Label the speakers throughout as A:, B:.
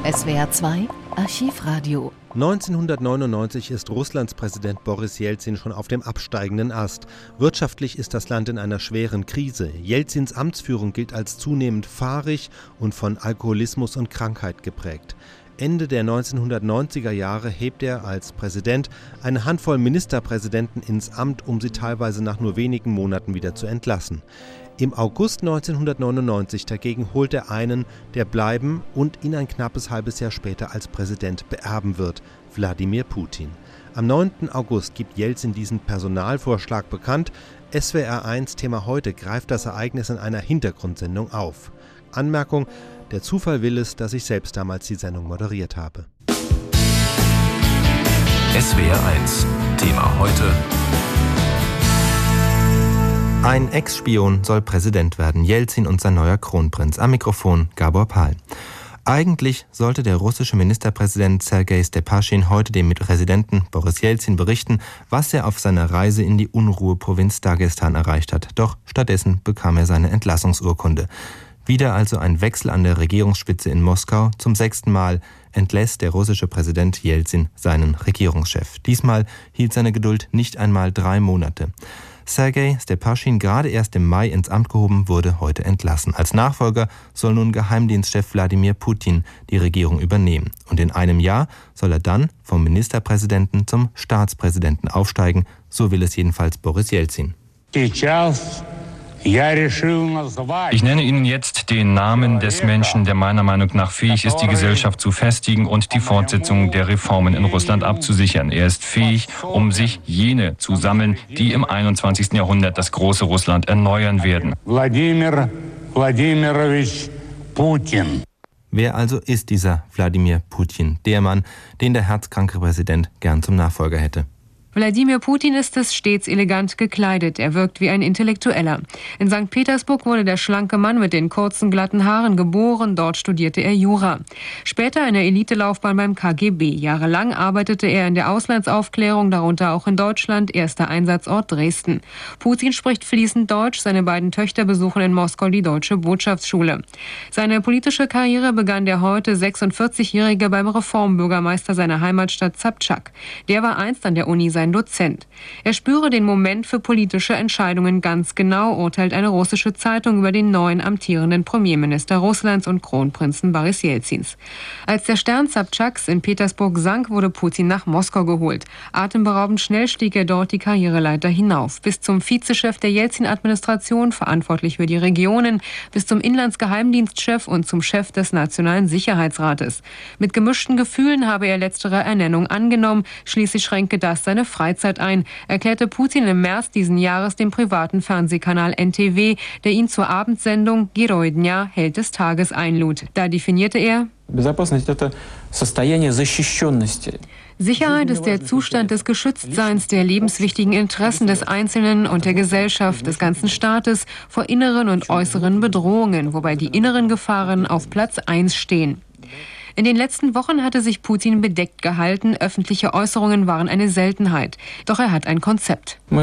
A: SWR 2 Archivradio.
B: 1999 ist Russlands Präsident Boris Jelzin schon auf dem absteigenden Ast. Wirtschaftlich ist das Land in einer schweren Krise. Jelzins Amtsführung gilt als zunehmend fahrig und von Alkoholismus und Krankheit geprägt. Ende der 1990er Jahre hebt er als Präsident eine Handvoll Ministerpräsidenten ins Amt, um sie teilweise nach nur wenigen Monaten wieder zu entlassen. Im August 1999 dagegen holt er einen, der bleiben und ihn ein knappes halbes Jahr später als Präsident beerben wird, Wladimir Putin. Am 9. August gibt Jelzin diesen Personalvorschlag bekannt. SWR 1 Thema heute greift das Ereignis in einer Hintergrundsendung auf. Anmerkung: Der Zufall will es, dass ich selbst damals die Sendung moderiert habe.
C: SWR 1 Thema heute:
D: Ein Ex-Spion soll Präsident werden. Jelzin und sein neuer Kronprinz. Am Mikrofon Gabor Pahl. Eigentlich sollte der russische Ministerpräsident Sergei Stepaschin heute dem Präsidenten Boris Jelzin berichten, was er auf seiner Reise in die Unruheprovinz Dagestan erreicht hat. Doch stattdessen bekam er seine Entlassungsurkunde. Wieder also ein Wechsel an der Regierungsspitze in Moskau. Zum 6. Mal entlässt der russische Präsident Jelzin seinen Regierungschef. Diesmal hielt seine Geduld nicht einmal 3 Monate. Sergei Stepaschin, gerade erst im Mai ins Amt gehoben, wurde heute entlassen. Als Nachfolger soll nun Geheimdienstchef Wladimir Putin die Regierung übernehmen. Und in einem Jahr soll er dann vom Ministerpräsidenten zum Staatspräsidenten aufsteigen. So will es jedenfalls Boris Jelzin.
E: Ich nenne Ihnen jetzt den Namen des Menschen, der meiner Meinung nach fähig ist, die Gesellschaft zu festigen und die Fortsetzung der Reformen in Russland abzusichern. Er ist fähig, um sich jene zu sammeln, die im 21. Jahrhundert das große Russland erneuern werden.
F: Wladimir Wladimirovich Putin.
D: Wer also ist dieser Wladimir Putin, der Mann, den der herzkranke Präsident gern zum Nachfolger hätte?
G: Wladimir Putin ist es, stets elegant gekleidet. Er wirkt wie ein Intellektueller. In St. Petersburg wurde der schlanke Mann mit den kurzen, glatten Haaren geboren. Dort studierte er Jura. Später eine Elitelaufbahn beim KGB. Jahrelang arbeitete er in der Auslandsaufklärung, darunter auch in Deutschland, erster Einsatzort Dresden. Putin spricht fließend Deutsch. Seine beiden Töchter besuchen in Moskau die Deutsche Botschaftsschule. Seine politische Karriere begann der heute 46-Jährige beim Reformbürgermeister seiner Heimatstadt Sabtschak. Der war einst an der Uni sein Dozent. Er spüre den Moment für politische Entscheidungen ganz genau, urteilt eine russische Zeitung über den neuen amtierenden Premierminister Russlands und Kronprinzen Boris Jelzins. Als der Stern Sabtschaks in Petersburg sank, wurde Putin nach Moskau geholt. Atemberaubend schnell stieg er dort die Karriereleiter hinauf. Bis zum Vizechef der Jelzin-Administration, verantwortlich für die Regionen, bis zum Inlandsgeheimdienstchef und zum Chef des Nationalen Sicherheitsrates. Mit gemischten Gefühlen habe er letztere Ernennung angenommen. Schließlich schränke das seine Freizeit ein, erklärte Putin im März diesen Jahres dem privaten Fernsehkanal NTV, der ihn zur Abendsendung Geroi Dня, Held des Tages, einlud. Da definierte er: Sicherheit ist der Zustand des Geschütztseins der lebenswichtigen Interessen des Einzelnen und der Gesellschaft, des ganzen Staates vor inneren und äußeren Bedrohungen, wobei die inneren Gefahren auf Platz 1 stehen. In den letzten Wochen hatte sich Putin bedeckt gehalten. Öffentliche Äußerungen waren eine Seltenheit. Doch er hat ein Konzept. In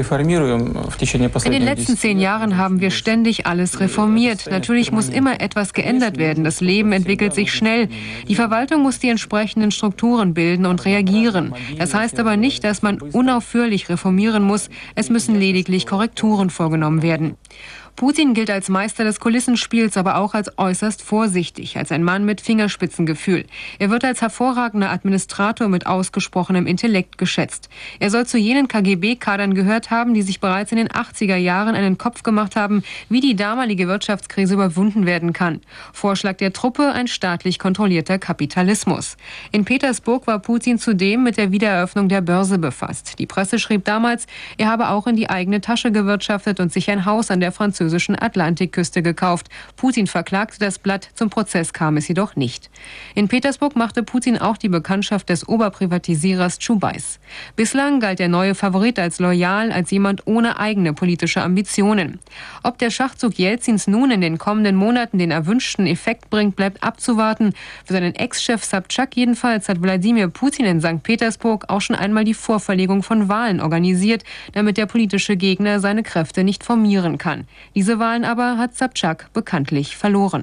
G: den letzten 10 Jahren haben wir ständig alles reformiert. Natürlich muss immer etwas geändert werden. Das Leben entwickelt sich schnell. Die Verwaltung muss die entsprechenden Strukturen bilden und reagieren. Das heißt aber nicht, dass man unaufhörlich reformieren muss. Es müssen lediglich Korrekturen vorgenommen werden. Putin gilt als Meister des Kulissenspiels, aber auch als äußerst vorsichtig, als ein Mann mit Fingerspitzengefühl. Er wird als hervorragender Administrator mit ausgesprochenem Intellekt geschätzt. Er soll zu jenen KGB-Kadern gehört haben, die sich bereits in den 80er Jahren einen Kopf gemacht haben, wie die damalige Wirtschaftskrise überwunden werden kann. Vorschlag der Truppe: ein staatlich kontrollierter Kapitalismus. In Petersburg war Putin zudem mit der Wiedereröffnung der Börse befasst. Die Presse schrieb damals, er habe auch in die eigene Tasche gewirtschaftet und sich ein Haus an der französischen Atlantikküste gekauft. Putin verklagte das Blatt, zum Prozess kam es jedoch nicht. In Petersburg machte Putin auch die Bekanntschaft des Oberprivatisierers Tschubais. Bislang galt der neue Favorit als loyal, als jemand ohne eigene politische Ambitionen. Ob der Schachzug Jelzins nun in den kommenden Monaten den erwünschten Effekt bringt, bleibt abzuwarten. Für seinen Ex-Chef Sabtschak jedenfalls hat Wladimir Putin in St. Petersburg auch schon einmal die Vorverlegung von Wahlen organisiert, damit der politische Gegner seine Kräfte nicht formieren kann. Diese Wahlen aber hat Sabtschak bekanntlich verloren.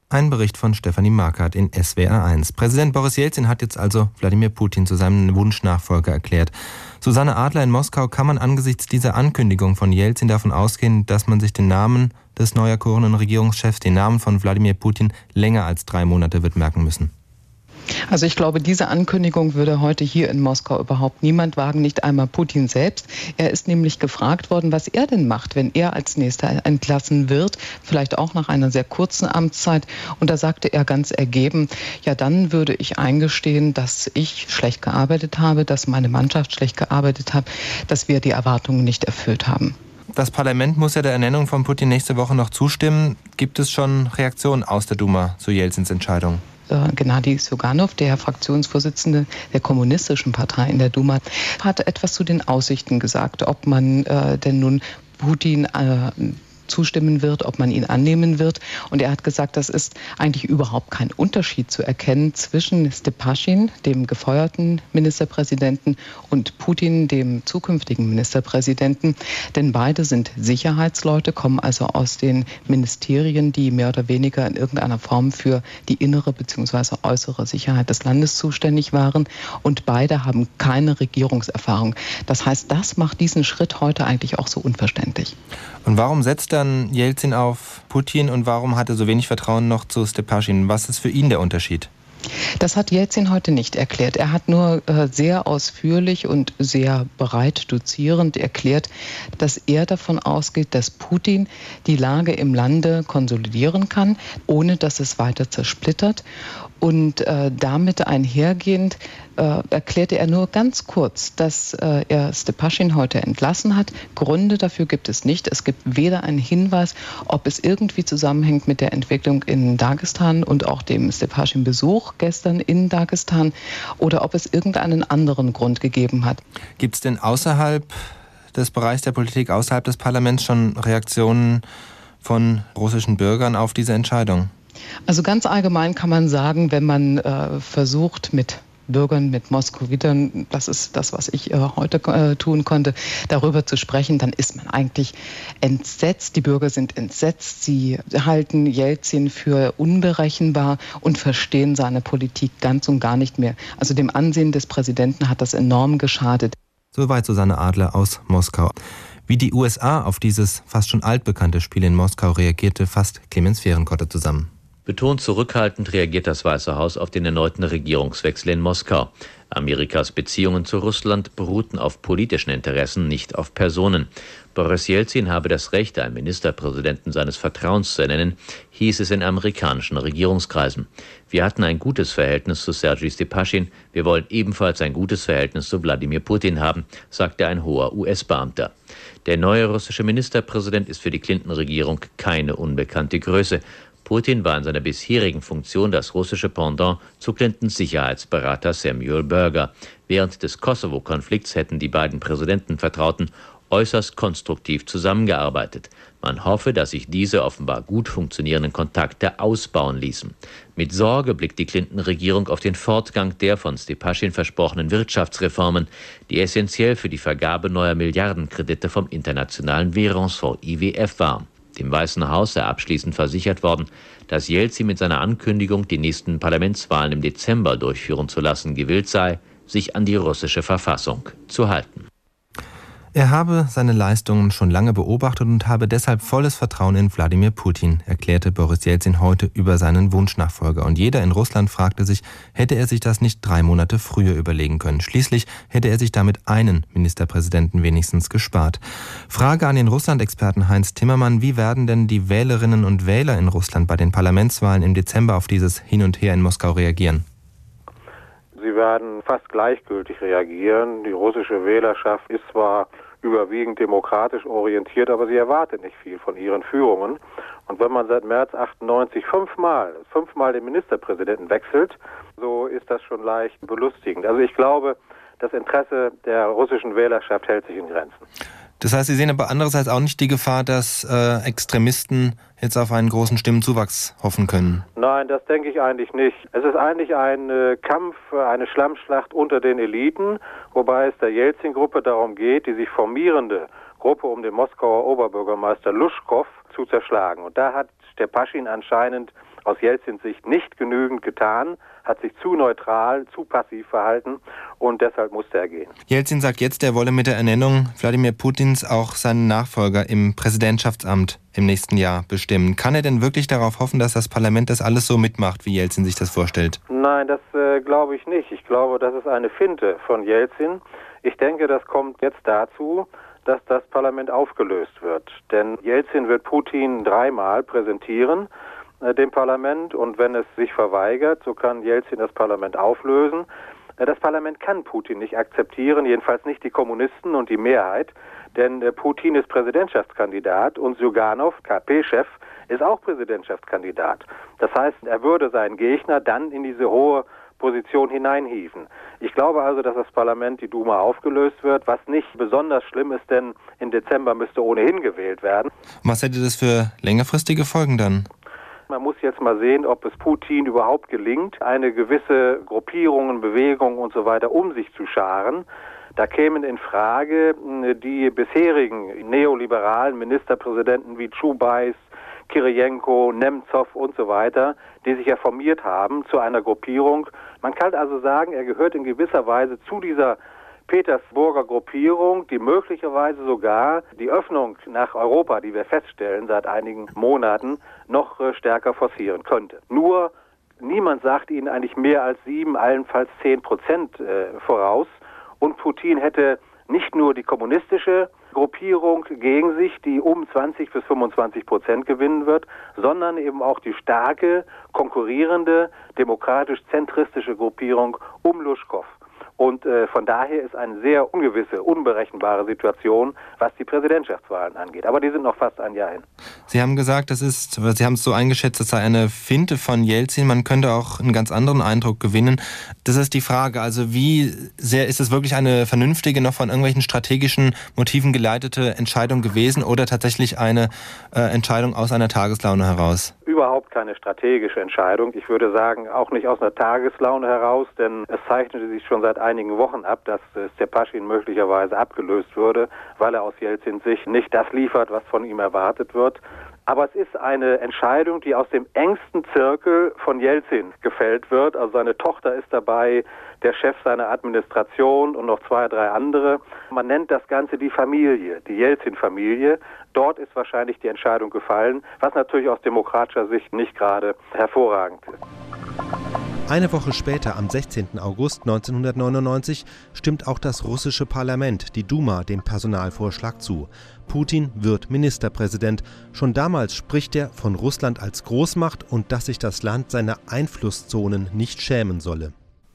D: Ein Bericht von Stefanie Markert in SWR1. Präsident Boris Jelzin hat jetzt also Wladimir Putin zu seinem Wunschnachfolger erklärt. Susanne Adler in Moskau, kann man angesichts dieser Ankündigung von Jelzin davon ausgehen, dass man sich den Namen des neu erkorenen Regierungschefs, den Namen von Wladimir Putin, länger als 3 Monate wird merken müssen?
H: Also ich glaube, diese Ankündigung würde heute hier in Moskau überhaupt niemand wagen, nicht einmal Putin selbst. Er ist nämlich gefragt worden, was er denn macht, wenn er als Nächster entlassen wird, vielleicht auch nach einer sehr kurzen Amtszeit. Und da sagte er ganz ergeben, ja, dann würde ich eingestehen, dass ich schlecht gearbeitet habe, dass meine Mannschaft schlecht gearbeitet hat, dass wir die Erwartungen nicht erfüllt haben.
D: Das Parlament muss ja der Ernennung von Putin nächste Woche noch zustimmen. Gibt es schon Reaktionen aus der Duma zu Jelzins Entscheidung?
H: Gennady Sjuganov, der Fraktionsvorsitzende der Kommunistischen Partei in der Duma, hat etwas zu den Aussichten gesagt, ob man denn nun Putin zustimmen wird, ob man ihn annehmen wird. Und er hat gesagt, das ist eigentlich überhaupt kein Unterschied zu erkennen zwischen Stepaschin, dem gefeuerten Ministerpräsidenten, und Putin, dem zukünftigen Ministerpräsidenten. Denn beide sind Sicherheitsleute, kommen also aus den Ministerien, die mehr oder weniger in irgendeiner Form für die innere bzw. äußere Sicherheit des Landes zuständig waren. Und beide haben keine Regierungserfahrung. Das heißt, das macht diesen Schritt heute eigentlich auch so unverständlich.
D: Und warum setzt dann Jelzin auf Putin und warum hat er so wenig Vertrauen noch zu Stepaschin? Was ist für ihn der Unterschied?
H: Das hat Jelzin heute nicht erklärt. Er hat nur sehr ausführlich und sehr breit dozierend erklärt, dass er davon ausgeht, dass Putin die Lage im Lande konsolidieren kann, ohne dass es weiter zersplittert. Und damit einhergehend erklärte er nur ganz kurz, dass er Stepaschin heute entlassen hat. Gründe dafür gibt es nicht. Es gibt weder einen Hinweis, ob es irgendwie zusammenhängt mit der Entwicklung in Dagestan und auch dem Stepaschin-Besuch gestern in Dagestan, oder ob es irgendeinen anderen Grund gegeben hat.
D: Gibt es denn außerhalb des Bereichs der Politik, außerhalb des Parlaments schon Reaktionen von russischen Bürgern auf diese Entscheidung?
H: Also ganz allgemein kann man sagen, wenn man versucht, mit Bürgern, mit Moskowitern, das ist das, was ich heute tun konnte, darüber zu sprechen, dann ist man eigentlich entsetzt. Die Bürger sind entsetzt. Sie halten Jelzin für unberechenbar und verstehen seine Politik ganz und gar nicht mehr. Also dem Ansehen des Präsidenten hat das enorm geschadet.
D: Soweit Susanne Adler aus Moskau. Wie die USA auf dieses fast schon altbekannte Spiel in Moskau reagierte, fasst Clemens Fehrenkotter zusammen.
I: Betont zurückhaltend reagiert das Weiße Haus auf den erneuten Regierungswechsel in Moskau. Amerikas Beziehungen zu Russland beruhten auf politischen Interessen, nicht auf Personen. Boris Jelzin habe das Recht, einen Ministerpräsidenten seines Vertrauens zu ernennen, hieß es in amerikanischen Regierungskreisen. Wir hatten ein gutes Verhältnis zu Sergei Stepaschin, wir wollen ebenfalls ein gutes Verhältnis zu Wladimir Putin haben, sagte ein hoher US-Beamter. Der neue russische Ministerpräsident ist für die Clinton-Regierung keine unbekannte Größe. Putin war in seiner bisherigen Funktion das russische Pendant zu Clintons Sicherheitsberater Samuel Berger. Während des Kosovo-Konflikts hätten die beiden Präsidentenvertrauten äußerst konstruktiv zusammengearbeitet. Man hoffe, dass sich diese offenbar gut funktionierenden Kontakte ausbauen ließen. Mit Sorge blickt die Clinton-Regierung auf den Fortgang der von Stepaschin versprochenen Wirtschaftsreformen, die essentiell für die Vergabe neuer Milliardenkredite vom Internationalen Währungsfonds IWF waren. Dem Weißen Haus sei abschließend versichert worden, dass Jelzin mit seiner Ankündigung, die nächsten Parlamentswahlen im Dezember durchführen zu lassen, gewillt sei, sich an die russische Verfassung zu halten.
D: Er habe seine Leistungen schon lange beobachtet und habe deshalb volles Vertrauen in Wladimir Putin, erklärte Boris Jelzin heute über seinen Wunschnachfolger. Und jeder in Russland fragte sich, hätte er sich das nicht 3 Monate früher überlegen können. Schließlich hätte er sich damit einen Ministerpräsidenten wenigstens gespart. Frage an den Russland-Experten Heinz Timmermann: Wie werden denn die Wählerinnen und Wähler in Russland bei den Parlamentswahlen im Dezember auf dieses Hin und Her in Moskau reagieren?
J: Sie werden fast gleichgültig reagieren. Die russische Wählerschaft ist zwar überwiegend demokratisch orientiert, aber sie erwartet nicht viel von ihren Führungen. Und wenn man seit März 98 fünfmal den Ministerpräsidenten wechselt, so ist das schon leicht belustigend. Also ich glaube, das Interesse der russischen Wählerschaft hält sich in Grenzen.
D: Das heißt, Sie sehen aber andererseits auch nicht die Gefahr, dass Extremisten jetzt auf einen großen Stimmenzuwachs hoffen können?
J: Nein, das denke ich eigentlich nicht. Es ist eigentlich ein Kampf, eine Schlammschlacht unter den Eliten, wobei es der Jelzin-Gruppe darum geht, die sich formierende Gruppe um den Moskauer Oberbürgermeister Luschkow zu zerschlagen. Und da hat Stepaschin anscheinend aus Jelzins Sicht nicht genügend getan, hat sich zu neutral, zu passiv verhalten und deshalb musste er gehen.
D: Jelzin sagt jetzt, er wolle mit der Ernennung Wladimir Putins auch seinen Nachfolger im Präsidentschaftsamt im nächsten Jahr bestimmen. Kann er denn wirklich darauf hoffen, dass das Parlament das alles so mitmacht, wie Jelzin sich das vorstellt?
J: Nein, das glaube ich nicht. Ich glaube, das ist eine Finte von Jelzin. Ich denke, das kommt jetzt dazu, dass das Parlament aufgelöst wird. Denn Jelzin wird Putin 3-mal präsentieren, dem Parlament, und wenn es sich verweigert, so kann Jelzin das Parlament auflösen. Das Parlament kann Putin nicht akzeptieren, jedenfalls nicht die Kommunisten und die Mehrheit, denn Putin ist Präsidentschaftskandidat und Zyuganov, KP-Chef, ist auch Präsidentschaftskandidat. Das heißt, er würde seinen Gegner dann in diese hohe Position hineinhieven. Ich glaube also, dass das Parlament, die Duma, aufgelöst wird, was nicht besonders schlimm ist, denn im Dezember müsste ohnehin gewählt werden.
D: Was hätte das für längerfristige Folgen dann?
J: Man muss jetzt mal sehen, ob es Putin überhaupt gelingt, eine gewisse Gruppierungen, Bewegungen und so weiter um sich zu scharen. Da kämen in Frage die bisherigen neoliberalen Ministerpräsidenten wie Chubais, Kirijenko, Nemtsov und so weiter, die sich ja formiert haben zu einer Gruppierung. Man kann also sagen, er gehört in gewisser Weise zu dieser Petersburger Gruppierung, die möglicherweise sogar die Öffnung nach Europa, die wir feststellen seit einigen Monaten, noch stärker forcieren könnte. Nur niemand sagt ihnen eigentlich mehr als 7, allenfalls 10% voraus. Und Putin hätte nicht nur die kommunistische Gruppierung gegen sich, die um 20-25% gewinnen wird, sondern eben auch die starke, konkurrierende, demokratisch-zentristische Gruppierung um Luschkow. Und von daher ist eine sehr ungewisse, unberechenbare Situation, was die Präsidentschaftswahlen angeht. Aber die sind noch fast ein Jahr hin.
D: Sie haben gesagt, Sie haben es so eingeschätzt, das sei eine Finte von Jelzin. Man könnte auch einen ganz anderen Eindruck gewinnen. Das ist die Frage. Also wie sehr ist es wirklich eine vernünftige, noch von irgendwelchen strategischen Motiven geleitete Entscheidung gewesen oder tatsächlich eine Entscheidung aus einer Tageslaune heraus?
J: Überhaupt keine strategische Entscheidung. Ich würde sagen, auch nicht aus einer Tageslaune heraus, denn es zeichnete sich schon seit einigen Wochen ab, dass Stepaschin möglicherweise abgelöst würde, weil er aus Jelzins Sicht nicht das liefert, was von ihm erwartet wird. Aber es ist eine Entscheidung, die aus dem engsten Zirkel von Jelzin gefällt wird. Also seine Tochter ist dabei, der Chef seiner Administration und noch 2, 3 andere. Man nennt das Ganze die Familie, die Jelzin-Familie. Dort ist wahrscheinlich die Entscheidung gefallen, was natürlich aus demokratischer Sicht nicht gerade hervorragend ist.
B: Eine Woche später, am 16. August 1999, stimmt auch das russische Parlament, die Duma, dem Personalvorschlag zu. Putin wird Ministerpräsident. Schon damals spricht er von Russland als Großmacht und dass sich das Land seiner Einflusszonen nicht schämen solle.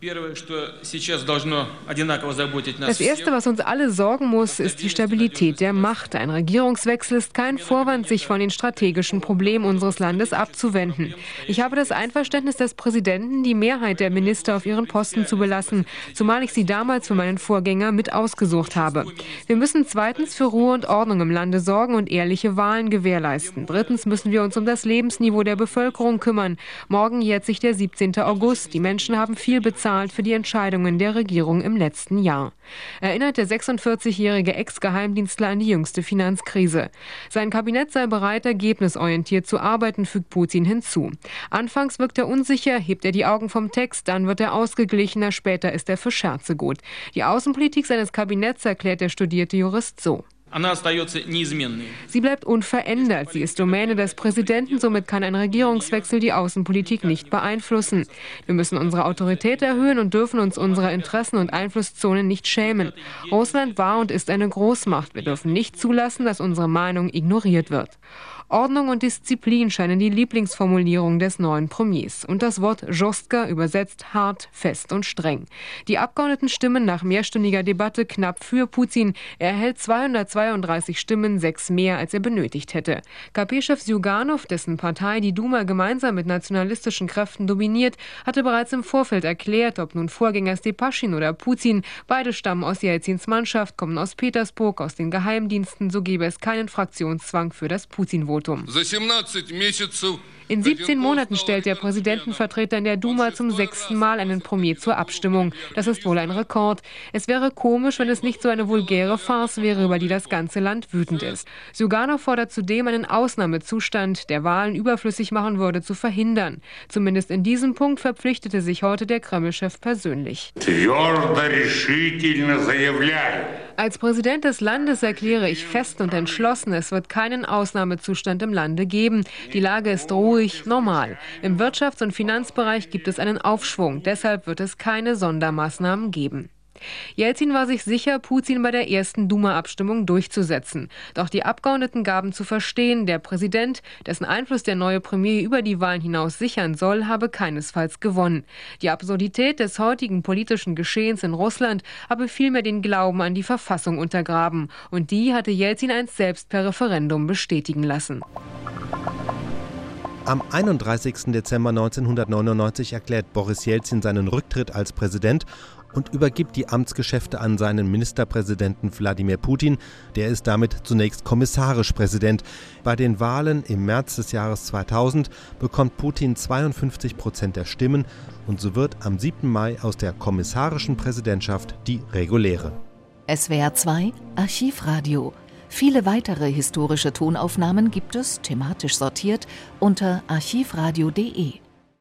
G: Das Erste, was uns alle sorgen muss, ist die Stabilität der Macht. Ein Regierungswechsel ist kein Vorwand, sich von den strategischen Problemen unseres Landes abzuwenden. Ich habe das Einverständnis des Präsidenten, die Mehrheit der Minister auf ihren Posten zu belassen, zumal ich sie damals für meinen Vorgänger mit ausgesucht habe. Wir müssen zweitens für Ruhe und Ordnung im Lande sorgen und ehrliche Wahlen gewährleisten. Drittens müssen wir uns um das Lebensniveau der Bevölkerung kümmern. Morgen jährt sich der 17. August. Die Menschen haben viel bezahlt für die Entscheidungen der Regierung im letzten Jahr. Erinnert der 46-jährige Ex-Geheimdienstler an die jüngste Finanzkrise. Sein Kabinett sei bereit, ergebnisorientiert zu arbeiten, fügt Putin hinzu. Anfangs wirkt er unsicher, hebt er die Augen vom Text, dann wird er ausgeglichener, später ist er für Scherze gut. Die Außenpolitik seines Kabinetts erklärt der studierte Jurist so. Sie bleibt unverändert. Sie ist Domäne des Präsidenten, somit kann ein Regierungswechsel die Außenpolitik nicht beeinflussen. Wir müssen unsere Autorität erhöhen und dürfen uns unserer Interessen und Einflusszonen nicht schämen. Russland war und ist eine Großmacht. Wir dürfen nicht zulassen, dass unsere Meinung ignoriert wird. Ordnung und Disziplin scheinen die Lieblingsformulierung des neuen Premiers. Und das Wort Jostka übersetzt hart, fest und streng. Die Abgeordneten stimmen nach mehrstündiger Debatte knapp für Putin. Er erhält 232 Stimmen, 6 mehr, als er benötigt hätte. KP-Chef Zyuganov, dessen Partei die Duma gemeinsam mit nationalistischen Kräften dominiert, hatte bereits im Vorfeld erklärt, ob nun Vorgänger Stepaschin oder Putin, beide stammen aus Jelzins Mannschaft, kommen aus Petersburg, aus den Geheimdiensten, so gebe es keinen Fraktionszwang für das Putin-Votum. In 17 Monaten stellt der Präsidentenvertreter in der Duma zum 6. Mal einen Premier zur Abstimmung. Das ist wohl ein Rekord. Es wäre komisch, wenn es nicht so eine vulgäre Farce wäre, über die das ganze Land wütend ist. Zyganov fordert zudem einen Ausnahmezustand, der Wahlen überflüssig machen würde, zu verhindern. Zumindest in diesem Punkt verpflichtete sich heute der Kreml-Chef persönlich. Als Präsident des Landes erkläre ich fest und entschlossen, es wird keinen Ausnahmezustand im Lande geben. Die Lage ist ruhig, normal. Im Wirtschafts- und Finanzbereich gibt es einen Aufschwung. Deshalb wird es keine Sondermaßnahmen geben. Jelzin war sich sicher, Putin bei der ersten Duma-Abstimmung durchzusetzen. Doch die Abgeordneten gaben zu verstehen, der Präsident, dessen Einfluss der neue Premier über die Wahlen hinaus sichern soll, habe keinesfalls gewonnen. Die Absurdität des heutigen politischen Geschehens in Russland habe vielmehr den Glauben an die Verfassung untergraben. Und die hatte Jelzin einst selbst per Referendum bestätigen lassen.
B: Am 31. Dezember 1999 erklärt Boris Jelzin seinen Rücktritt als Präsident und übergibt die Amtsgeschäfte an seinen Ministerpräsidenten Wladimir Putin. Der ist damit zunächst kommissarisch Präsident. Bei den Wahlen im März des Jahres 2000 bekommt Putin 52% der Stimmen und so wird am 7. Mai aus der kommissarischen Präsidentschaft die reguläre.
A: SWR 2 Archivradio. Viele weitere historische Tonaufnahmen gibt es, thematisch sortiert, unter archivradio.de.